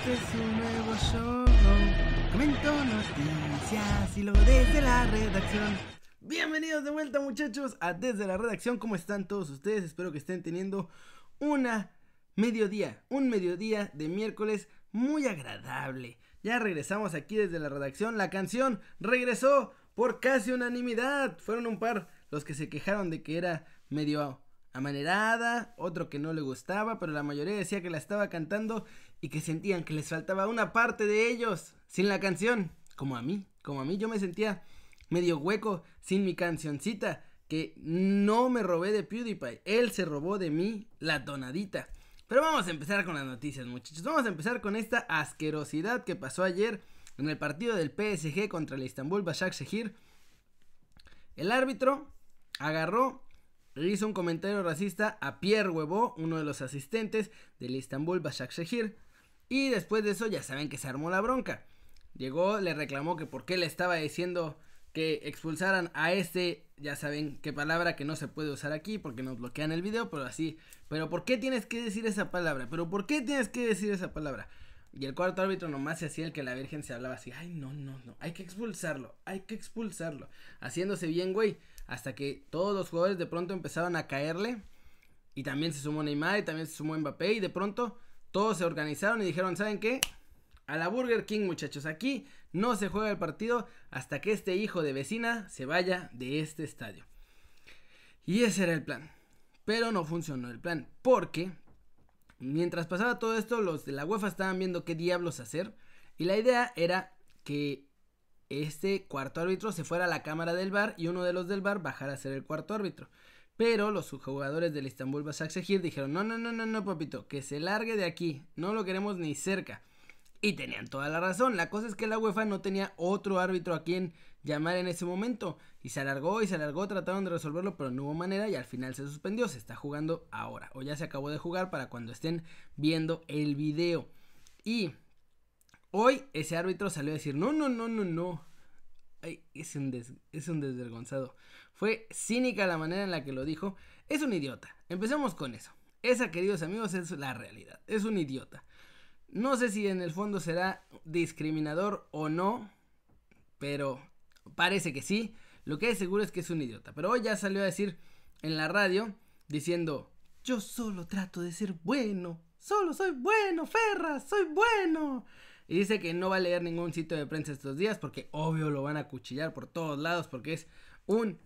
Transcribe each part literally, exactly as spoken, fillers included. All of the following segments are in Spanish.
Este es un nuevo show. Comento noticias y luego desde la redacción. Bienvenidos de vuelta, muchachos, a Desde la Redacción. ¿Cómo están todos ustedes? Espero que estén teniendo una mediodía, un mediodía de miércoles muy agradable. Ya regresamos aquí desde la redacción. La canción regresó por casi unanimidad. Fueron un par los que se quejaron de que era medio amanerada, otro que no le gustaba, pero la mayoría decía que la estaba cantando y que sentían que les faltaba una parte de ellos sin la canción, como a mí, como a mí yo me sentía medio hueco sin mi cancioncita, que no me robé de PewDiePie, él se robó de mí la tonadita. Pero vamos a empezar con las noticias, muchachos. Vamos a empezar con esta asquerosidad que pasó ayer en el partido del P S G contra el Istanbul Başakşehir. El árbitro agarró, le hizo un comentario racista a Pierre Huevo, uno de los asistentes del Istanbul Başakşehir, y después de eso ya saben que se armó la bronca. Llegó, le reclamó que por qué le estaba diciendo que expulsaran a este, ya saben qué palabra que no se puede usar aquí porque nos bloquean el video, pero así, pero ¿por qué tienes que decir esa palabra? ¿Pero por qué tienes que decir esa palabra? Y el cuarto árbitro nomás se hacía el que la Virgen se hablaba así, ay no, no, no, hay que expulsarlo, hay que expulsarlo, haciéndose bien güey, hasta que todos los jugadores de pronto empezaron a caerle, y también se sumó Neymar, y también se sumó Mbappé, y de pronto todos se organizaron y dijeron, ¿saben qué? A la Burger King, muchachos, aquí no se juega el partido hasta que este hijo de vecina se vaya de este estadio. Y ese era el plan, pero no funcionó el plan, porque mientras pasaba todo esto, los de la UEFA estaban viendo qué diablos hacer, y la idea era que este cuarto árbitro se fuera a la cámara del V A R y uno de los del V A R bajara a ser el cuarto árbitro. Pero los jugadores del Istanbul Başakşehir dijeron, no, no, no, no, no, papito, que se largue de aquí, no lo queremos ni cerca. Y tenían toda la razón. La cosa es que la UEFA no tenía otro árbitro a quien llamar en ese momento. Y se alargó y se alargó, trataron de resolverlo, pero no hubo manera y al final se suspendió. Se está jugando ahora, o ya se acabó de jugar para cuando estén viendo el video. Y hoy ese árbitro salió a decir, no, no, no, no, no. Ay, es un, des, es un desvergonzado. Fue cínica la manera en la que lo dijo. Es un idiota. Empecemos con eso. Esa, queridos amigos, es la realidad. Es un idiota. No sé si en el fondo será discriminador o no, pero parece que sí. Lo que es seguro es que es un idiota. Pero hoy ya salió a decir en la radio diciendo, yo solo trato de ser bueno. Solo soy bueno, Ferras, soy bueno. Y dice que no va a leer ningún sitio de prensa estos días porque obvio lo van a cuchillar por todos lados porque es un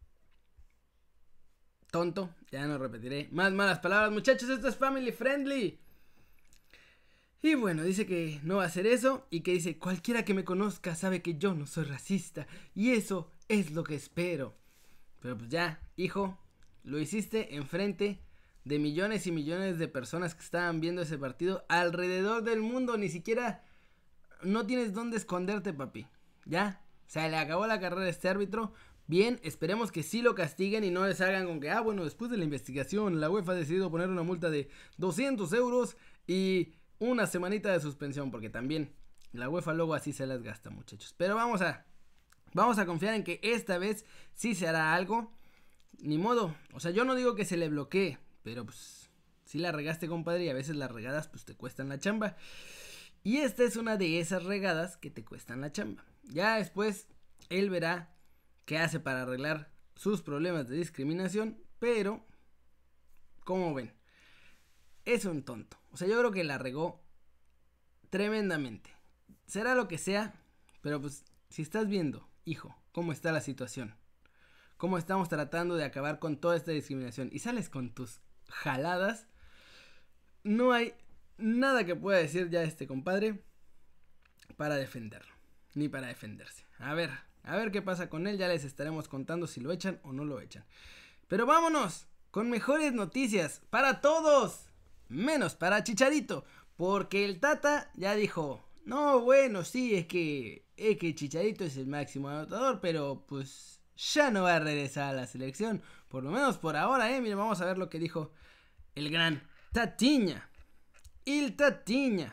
tonto. Ya no repetiré más malas palabras, muchachos, esto es family friendly. Y bueno, dice que no va a hacer eso y que dice, cualquiera que me conozca sabe que yo no soy racista y eso es lo que espero. Pero pues ya, hijo, lo hiciste enfrente de millones y millones de personas que estaban viendo ese partido alrededor del mundo, ni siquiera no tienes dónde esconderte, papi. Ya, se le acabó la carrera a este árbitro. Bien, esperemos que sí lo castiguen y no les hagan con que, ah, bueno, después de la investigación la UEFA ha decidido poner una multa de doscientos euros y una semanita de suspensión, porque también la UEFA luego así se las gasta, muchachos. Pero vamos a, vamos a confiar en que esta vez sí se hará algo. Ni modo, o sea, yo no digo que se le bloquee, pero pues si la regaste, compadre, y a veces las regadas pues te cuestan la chamba. Y esta es una de esas regadas que te cuestan la chamba. Ya después él verá qué hace para arreglar sus problemas de discriminación, pero ¿cómo ven? Es un tonto. O sea, yo creo que la regó tremendamente. Será lo que sea, pero pues si estás viendo, hijo, cómo está la situación, cómo estamos tratando de acabar con toda esta discriminación y sales con tus jaladas, no hay nada que pueda decir ya este compadre para defenderlo, ni para defenderse. A ver, a ver qué pasa con él, ya les estaremos contando si lo echan o no lo echan. Pero vámonos con mejores noticias para todos, menos para Chicharito, porque el Tata ya dijo, no, bueno, sí, es que, es que Chicharito es el máximo anotador, pero pues ya no va a regresar a la selección, por lo menos por ahora, eh, miren, vamos a ver lo que dijo el gran Tatiña, el Tatiña.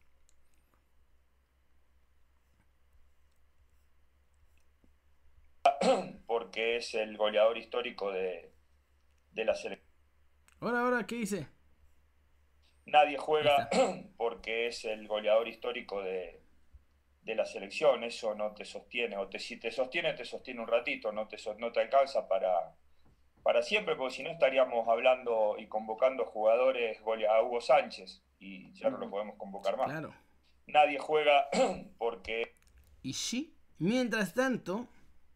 Porque es el goleador histórico de, de la selección. Ahora, ahora, ¿qué dice? nadie juega porque es el goleador histórico de, de la selección. Eso no te sostiene, o te, si te sostiene, te sostiene un ratito, no te, no te alcanza para, para siempre, porque si no estaríamos hablando y convocando jugadores a Hugo Sánchez, y ya no lo podemos convocar más. Claro. Nadie juega porque... Y sí, mientras tanto,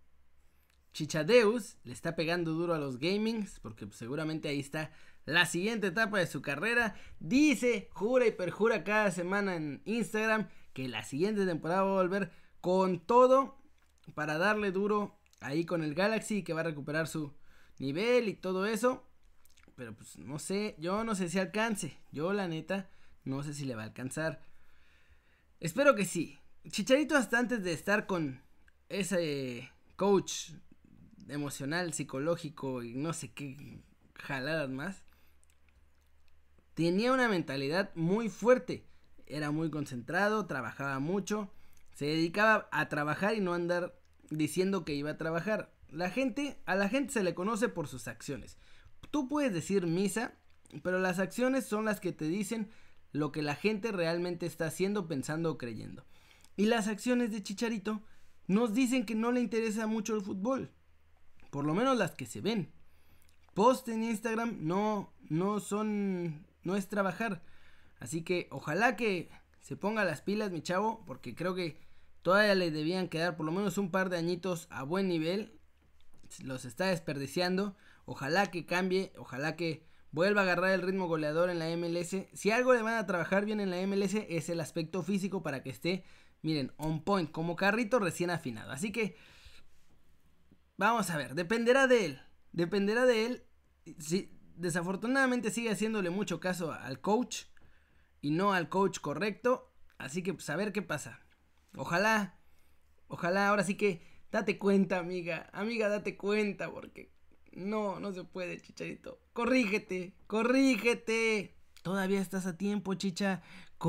Chichadeus le está pegando duro a los gamings, porque seguramente ahí está la siguiente etapa de su carrera. Dice, jura y perjura cada semana en Instagram que la siguiente temporada va a volver con todo para darle duro ahí con el Galaxy, que va a recuperar su nivel y todo eso. Pero pues no sé, yo no sé si alcance. Yo la neta no sé si le va a alcanzar. Espero que sí. Chicharito, hasta antes de estar con ese coach emocional, psicológico y no sé qué jaladas más, tenía una mentalidad muy fuerte. Era muy concentrado, trabajaba mucho, se dedicaba a trabajar y no andar diciendo que iba a trabajar. La gente, a la gente se le conoce por sus acciones. Tú puedes decir misa, pero las acciones son las que te dicen lo que la gente realmente está haciendo, pensando o creyendo. Y las acciones de Chicharito nos dicen que no le interesa mucho el fútbol, por lo menos las que se ven. Post en Instagram no, no son, no es trabajar. Así que ojalá que se ponga las pilas, mi chavo, porque creo que todavía le debían quedar por lo menos un par de añitos a buen nivel. Los está desperdiciando. Ojalá que cambie, ojalá que vuelva a agarrar el ritmo goleador en la M L S. Si algo le van a trabajar bien en la M L S es el aspecto físico para que esté, miren, on point, como carrito recién afinado. Así que vamos a ver, dependerá de él. Dependerá de él. Si desafortunadamente sigue haciéndole mucho caso al coach y no al coach correcto. Así que pues a ver qué pasa. Ojalá, ojalá, ahora sí que date cuenta, amiga. Amiga, date cuenta, porque no, no se puede, Chicharito. Corrígete, corrígete. Todavía estás a tiempo, Chicha.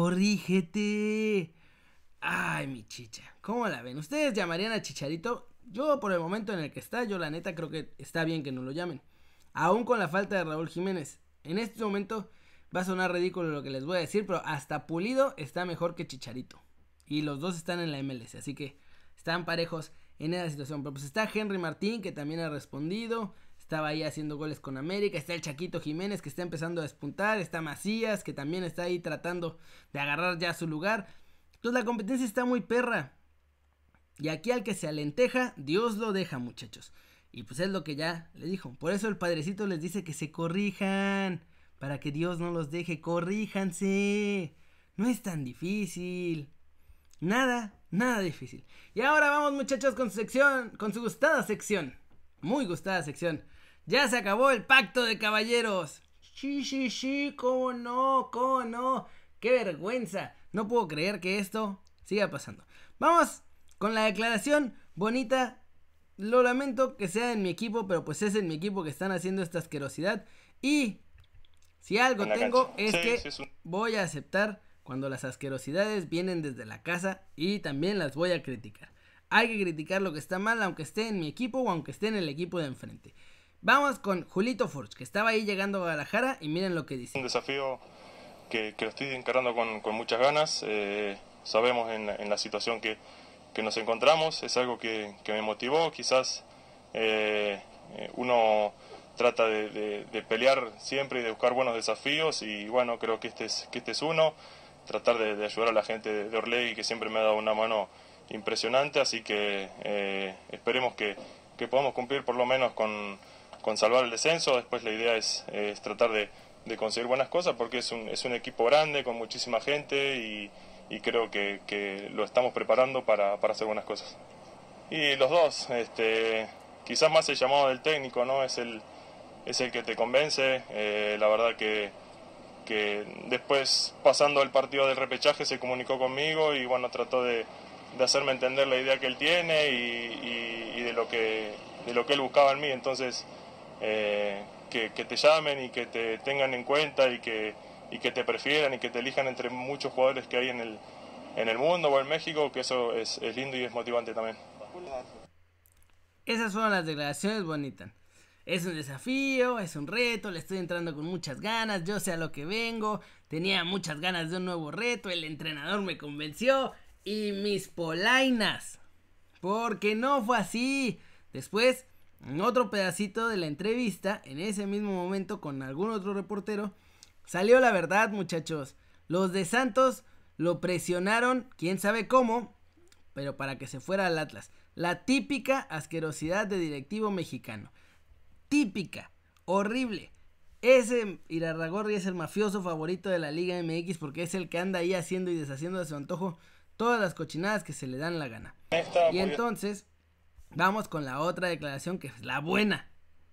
Corrígete. Ay, mi Chicha. ¿Cómo la ven? ¿Ustedes llamarían a Chicharito? Yo, por el momento en el que está, yo la neta creo que está bien que no lo llamen. Aún con la falta de Raúl Jiménez. En este momento va a sonar ridículo lo que les voy a decir, pero hasta Pulido está mejor que Chicharito. Y los dos están en la M L S, así que están parejos en esa situación. Pero pues está Henry Martín, que también ha respondido. Estaba ahí haciendo goles con América. Está el Chaquito Jiménez, que está empezando a despuntar. Está Macías, que también está ahí tratando de agarrar ya su lugar. Entonces la competencia está muy perra. Y aquí al que se alenteja, Dios lo deja, muchachos. Y pues es lo que ya le dijo. Por eso el padrecito les dice que se corrijan, para que Dios no los deje. Corríjanse. No es tan difícil. Nada, nada difícil. Y ahora vamos, muchachos, con su sección, con su gustada sección. Muy gustada sección. Ya se acabó el pacto de caballeros. Sí, sí, sí, cómo no, cómo no. Qué vergüenza. No puedo creer que esto siga pasando. Vamos con la declaración bonita. Lo lamento que sea en mi equipo, pero pues es en mi equipo que están haciendo esta asquerosidad. Y si algo tengo cancha. es sí, que sí, sí. voy a aceptar cuando las asquerosidades vienen desde la casa, y también las voy a criticar. Hay que criticar lo que está mal, aunque esté en mi equipo o aunque esté en el equipo de enfrente. Vamos con Julito Furch, que estaba ahí llegando a Guadalajara, y miren lo que dice. Un desafío que, que lo estoy encarando con, con muchas ganas. Eh, sabemos en, en la situación que, que nos encontramos, es algo que, que me motivó. Quizás eh, uno trata de, de, de pelear siempre y de buscar buenos desafíos, y bueno, creo que este es, que este es uno. Tratar de, de ayudar a la gente de, de Orlegui, que siempre me ha dado una mano impresionante, así que eh, esperemos que, que podamos cumplir por lo menos con, con salvar el descenso. Después la idea es, es tratar de, de conseguir buenas cosas, porque es un, es un equipo grande, con muchísima gente, y, y creo que, que lo estamos preparando para, para hacer buenas cosas. Y los dos, este, quizás más el llamado del técnico, ¿no? Es el, es el que te convence. Eh, la verdad que que después, pasando el partido del repechaje, se comunicó conmigo y bueno, trató de, de hacerme entender la idea que él tiene y, y, y de, lo que, de lo que él buscaba en mí. Entonces, eh, que, que te llamen y que te tengan en cuenta y que, y que te prefieran y que te elijan entre muchos jugadores que hay en el, en el mundo o en México, que eso es, es lindo y es motivante también. Esas fueron las declaraciones bonitas. Es un desafío, es un reto, le estoy entrando con muchas ganas, yo sé a lo que vengo, tenía muchas ganas de un nuevo reto, el entrenador me convenció y mis polainas, porque no fue así. Después, en otro pedacito de la entrevista, en ese mismo momento con algún otro reportero, salió la verdad, muchachos. Los de Santos lo presionaron, quién sabe cómo, pero para que se fuera al Atlas. La típica asquerosidad de directivo mexicano. Típica, horrible. Ese Irarrágorri es el mafioso favorito de la Liga M X porque es el que anda ahí haciendo y deshaciendo de su antojo todas las cochinadas que se le dan la gana. Y entonces, vamos con la otra declaración que es la buena.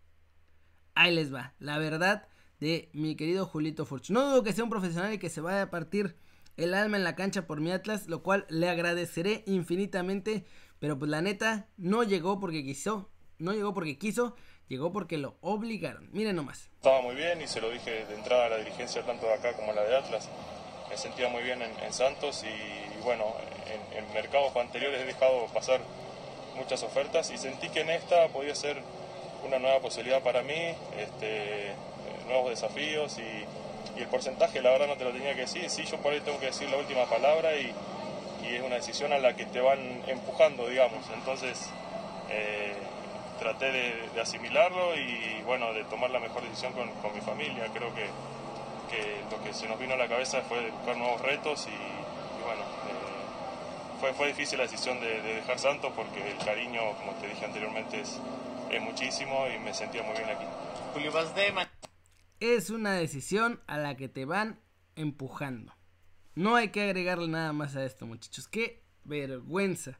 Ahí les va, la verdad de mi querido Julito Furch. No dudo que sea un profesional y que se vaya a partir el alma en la cancha por mi Atlas, lo cual le agradeceré infinitamente, pero pues la neta no llegó porque quiso, no llegó porque quiso, llegó porque lo obligaron. Miren nomás. Estaba muy bien y se lo dije de entrada a la dirigencia tanto de acá como la de Atlas. Me sentía muy bien en, en Santos y bueno, en, en mercados anteriores he dejado pasar muchas ofertas y sentí que en esta podía ser una nueva posibilidad para mí, este, nuevos desafíos y, y el porcentaje la verdad no te lo tenía que decir. Sí, yo por ahí tengo que decir la última palabra y, y es una decisión a la que te van empujando, digamos. Entonces eh, traté de, de asimilarlo y bueno, de tomar la mejor decisión con, con mi familia. Creo que, que lo que se nos vino a la cabeza fue buscar nuevos retos y, y bueno, eh, fue, fue difícil la decisión de, de dejar Santos porque el cariño, como te dije anteriormente, es, es muchísimo y me sentía muy bien aquí. Julio Vazdeman. Es una decisión a la que te van empujando. No hay que agregarle nada más a esto, muchachos. ¡Qué vergüenza!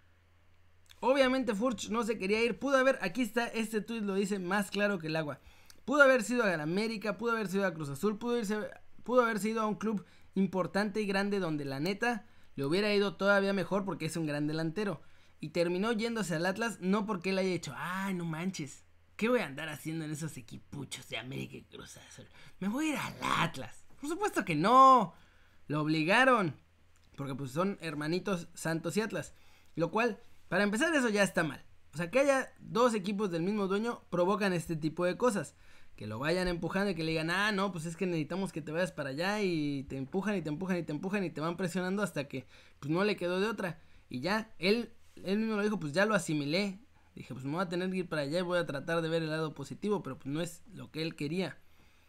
Obviamente Furch no se quería ir. Pudo haber, aquí está, este tuit lo dice más claro que el agua. Pudo haber sido a América, pudo haber sido a Cruz Azul, pudo, irse, pudo haber sido a un club importante y grande donde la neta le hubiera ido todavía mejor porque es un gran delantero. Y terminó yéndose al Atlas no porque él haya dicho, ay, no manches, ¿qué voy a andar haciendo en esos equipuchos de América y Cruz Azul? Me voy a ir al Atlas. Por supuesto que no. Lo obligaron. Porque pues son hermanitos Santos y Atlas. Lo cual, para empezar, eso ya está mal. O sea, que haya dos equipos del mismo dueño provocan este tipo de cosas. Que lo vayan empujando y que le digan, ah, no, pues es que necesitamos que te vayas para allá. Y te empujan y te empujan y te empujan y te van presionando hasta que pues no le quedó de otra. Y ya, él, él mismo lo dijo, pues ya lo asimilé. Dije, pues me voy a tener que ir para allá y voy a tratar de ver el lado positivo, pero pues no es lo que él quería.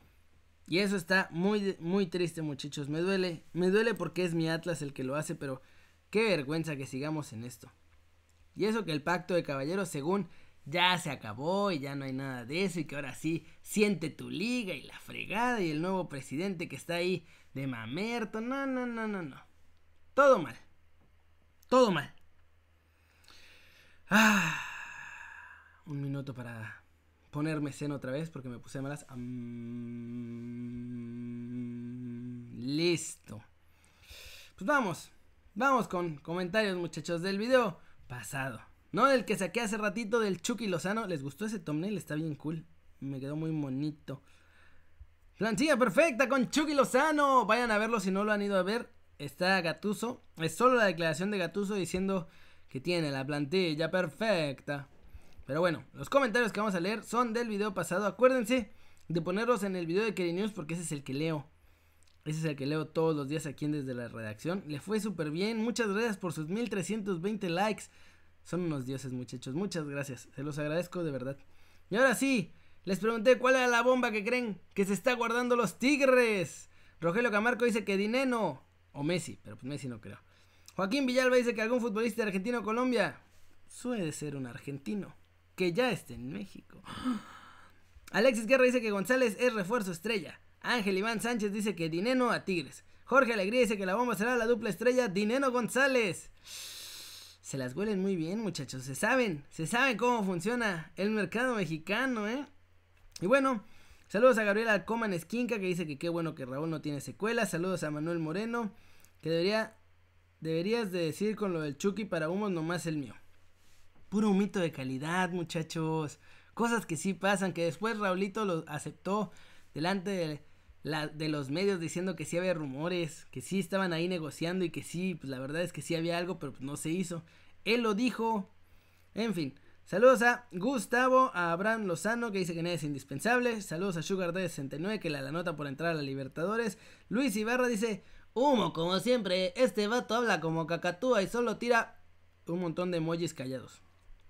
Y eso está muy, muy triste, muchachos. Me duele, me duele porque es mi Atlas el que lo hace, pero qué vergüenza que sigamos en esto. Y eso que el pacto de caballeros, según ya se acabó y ya no hay nada de eso y que ahora sí, siente tu liga y la fregada y el nuevo presidente que está ahí de mamerto. No, no, no, no, no. Todo mal. Todo mal. Ah... Un minuto para ponerme zen otra vez porque me puse malas. Um, listo. Pues vamos. Vamos con comentarios, muchachos, del video pasado. No del que saqué hace ratito del Chucky Lozano. ¿Les gustó ese thumbnail? Está bien cool. Me quedó muy bonito. Plantilla perfecta con Chucky Lozano. Vayan a verlo si no lo han ido a ver. Está Gattuso. Es solo la declaración de Gattuso diciendo que tiene la plantilla perfecta. Pero bueno, los comentarios que vamos a leer son del video pasado. Acuérdense de ponerlos en el video de Keri News porque ese es el que leo. Ese es el que leo todos los días aquí desde la redacción. Le fue súper bien. Muchas gracias por sus mil trescientos veinte likes. Son unos dioses, muchachos. Muchas gracias. Se los agradezco de verdad. Y ahora sí, les pregunté cuál era la bomba que creen que se está guardando los Tigres. Rogelio Camargo dice que Dineno o Messi, pero pues Messi no creo. Joaquín Villalba dice que algún futbolista de Argentina o Colombia. Suele ser un argentino que ya esté en México. Alexis Guerra dice que González es refuerzo estrella. Ángel Iván Sánchez dice que Dineno a Tigres. Jorge Alegría dice que la bomba será la dupla estrella Dineno González. Se las huelen muy bien, muchachos. Se saben, se saben cómo funciona el mercado mexicano, ¿eh? Y bueno, saludos a Gabriela Alcoman Esquinca que dice que qué bueno que Raúl no tiene secuelas. Saludos a Manuel Moreno que debería, deberías de decir con lo del Chucky para humos nomás el mío. Puro humito de calidad, muchachos. Cosas que sí pasan, que después Raulito lo aceptó delante de, la, de los medios diciendo que sí había rumores, que sí estaban ahí negociando y que sí, pues la verdad es que sí había algo, pero pues no se hizo. Él lo dijo. En fin, Saludos a Gustavo, a Abraham Lozano, que dice que nadie es indispensable. Saludos a Sugar D sesenta y nueve, que la, la nota por entrar a la Libertadores. Luis Ibarra dice, humo como siempre, este vato habla como cacatúa y solo tira un montón de emojis callados.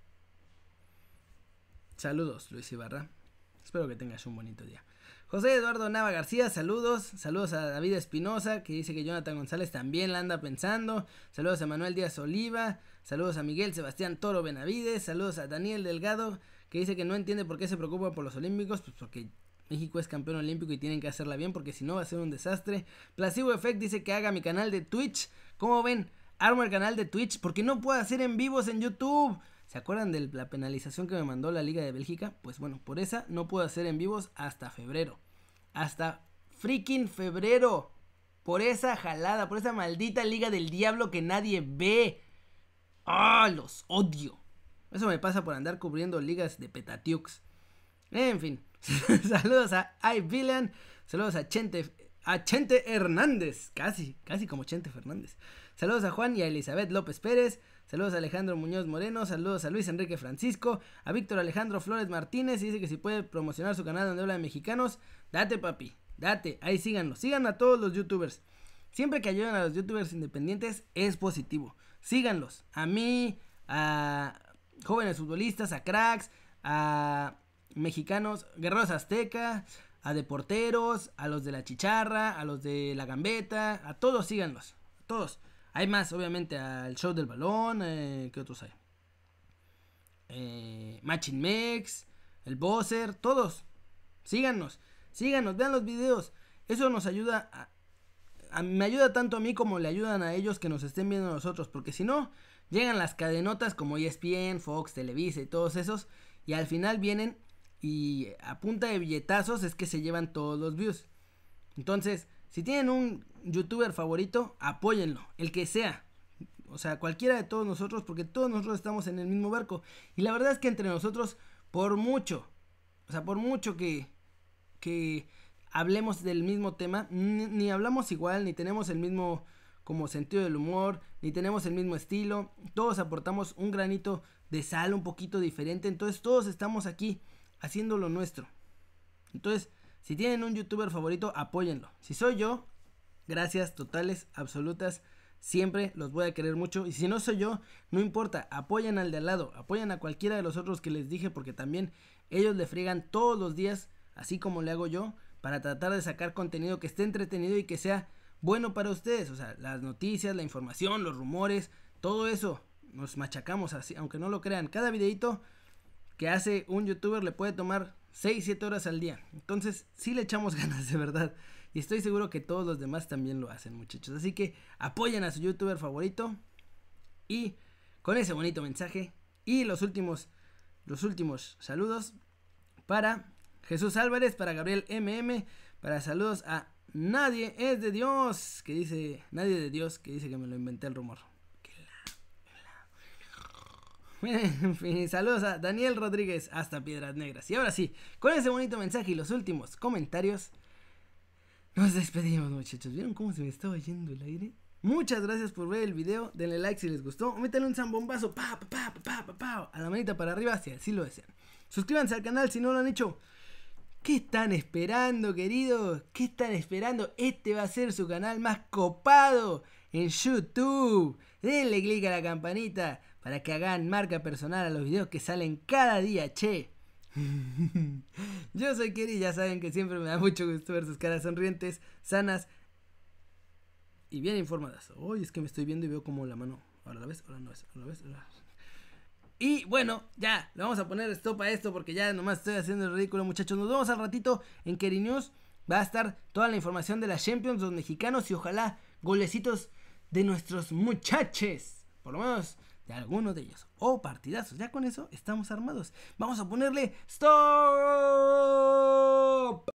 Saludos, Luis Ibarra. Espero que tengas un bonito día. José Eduardo Nava García, saludos. Saludos a David Espinosa, que dice que Jonathan González también la anda pensando. Saludos a Manuel Díaz Oliva. Saludos a Miguel Sebastián Toro Benavides. Saludos a Daniel Delgado, que dice que no entiende por qué se preocupa por los Olímpicos. Pues porque México es campeón olímpico y tienen que hacerla bien, porque si no va a ser un desastre. Placebo Effect dice que haga mi canal de Twitch. ¿Cómo ven? Armo el canal de Twitch porque no puedo hacer en vivos en YouTube. ¿Se acuerdan de la penalización que me mandó la Liga de Bélgica? Pues bueno, por esa no puedo hacer en vivos hasta febrero. Hasta freaking febrero. Por esa jalada, por esa maldita Liga del Diablo que nadie ve. ¡Ah! Los odio. Eso me pasa por andar cubriendo ligas de Petatiux. En fin. Saludos a iVillain. Saludos a Chente, a Chente Hernández. Casi, casi como Chente Fernández. Saludos a Juan y a Elizabeth López Pérez. Saludos a Alejandro Muñoz Moreno. Saludos a Luis Enrique Francisco. A Víctor Alejandro Flores Martínez. Y dice que si puede promocionar su canal donde habla de mexicanos. Date, papi. Date. Ahí síganlo. Sigan a todos los youtubers. Siempre que ayuden a los youtubers independientes es positivo. Síganlos. A mí, a jóvenes futbolistas, a cracks, a mexicanos, guerreros azteca, a deporteros, a los de la chicharra, a los de la gambeta. A todos síganlos. A todos. Hay más, obviamente, al show del balón. Eh, ¿Qué otros hay? Eh, Machin Mex, el Bowser, todos. Síganos, síganos, vean los videos. Eso nos ayuda a, a, me ayuda tanto a mí como le ayudan a ellos que nos estén viendo a nosotros. Porque si no, llegan las cadenotas como E S P N, Fox, Televisa y todos esos. Y al final vienen y a punta de billetazos es que se llevan todos los views. Entonces, si tienen un youtuber favorito, apóyenlo, el que sea. O sea, cualquiera de todos nosotros, porque todos nosotros estamos en el mismo barco. Y la verdad es que entre nosotros, por mucho, o sea, por mucho que, que hablemos del mismo tema, ni, ni hablamos igual, ni tenemos el mismo como sentido del humor, ni tenemos el mismo estilo. Todos aportamos un granito de sal un poquito diferente. Entonces todos estamos aquí haciendo lo nuestro. Entonces, si tienen un youtuber favorito, apóyenlo. Si soy yo, gracias totales, absolutas. Siempre los voy a querer mucho. Y si no soy yo, no importa. Apoyen al de al lado. Apoyan a cualquiera de los otros que les dije. Porque también ellos le friegan todos los días. Así como le hago yo. Para tratar de sacar contenido que esté entretenido y que sea bueno para ustedes. O sea, las noticias, la información, los rumores. Todo eso nos machacamos así. Aunque no lo crean. Cada videito que hace un youtuber le puede tomar seis, siete horas al día. Entonces sí le echamos ganas, de verdad. Y estoy seguro que todos los demás también lo hacen, muchachos. Así que apoyen a su youtuber favorito. Y con ese bonito mensaje y los últimos Los últimos saludos para Jesús Álvarez, para Gabriel M M, para saludos a Nadie es de Dios, que dice, Nadie de Dios, que dice que me lo inventé el rumor. En fin, saludos a Daniel Rodríguez hasta Piedras Negras. Y ahora sí, con ese bonito mensaje y los últimos comentarios, nos despedimos, muchachos. ¿Vieron cómo se me estaba yendo el aire? Muchas gracias por ver el video. Denle like si les gustó. Métanle un zambombazo pa, pa, pa, pa, pa, pa, a la manita para arriba si así lo desean. Suscríbanse al canal si no lo han hecho. ¿Qué están esperando, queridos? ¿Qué están esperando? Este va a ser su canal más copado en YouTube. Denle click a la campanita para que hagan marca personal a los videos que salen cada día, che. Yo soy Keri, ya saben que siempre me da mucho gusto ver sus caras sonrientes, sanas y bien informadas. Uy, es que me estoy viendo y veo como la mano. Ahora la ves, ahora no ves, ahora la ves, ahora. Y bueno, ya, le vamos a poner stop a esto porque ya nomás estoy haciendo el ridículo, muchachos. Nos vemos al ratito en Keri News. Va a estar toda la información de la Champions, los mexicanos y ojalá golecitos de nuestros muchachos. Por lo menos de alguno de ellos. O partidazos. Ya con eso estamos armados. Vamos a ponerle stop.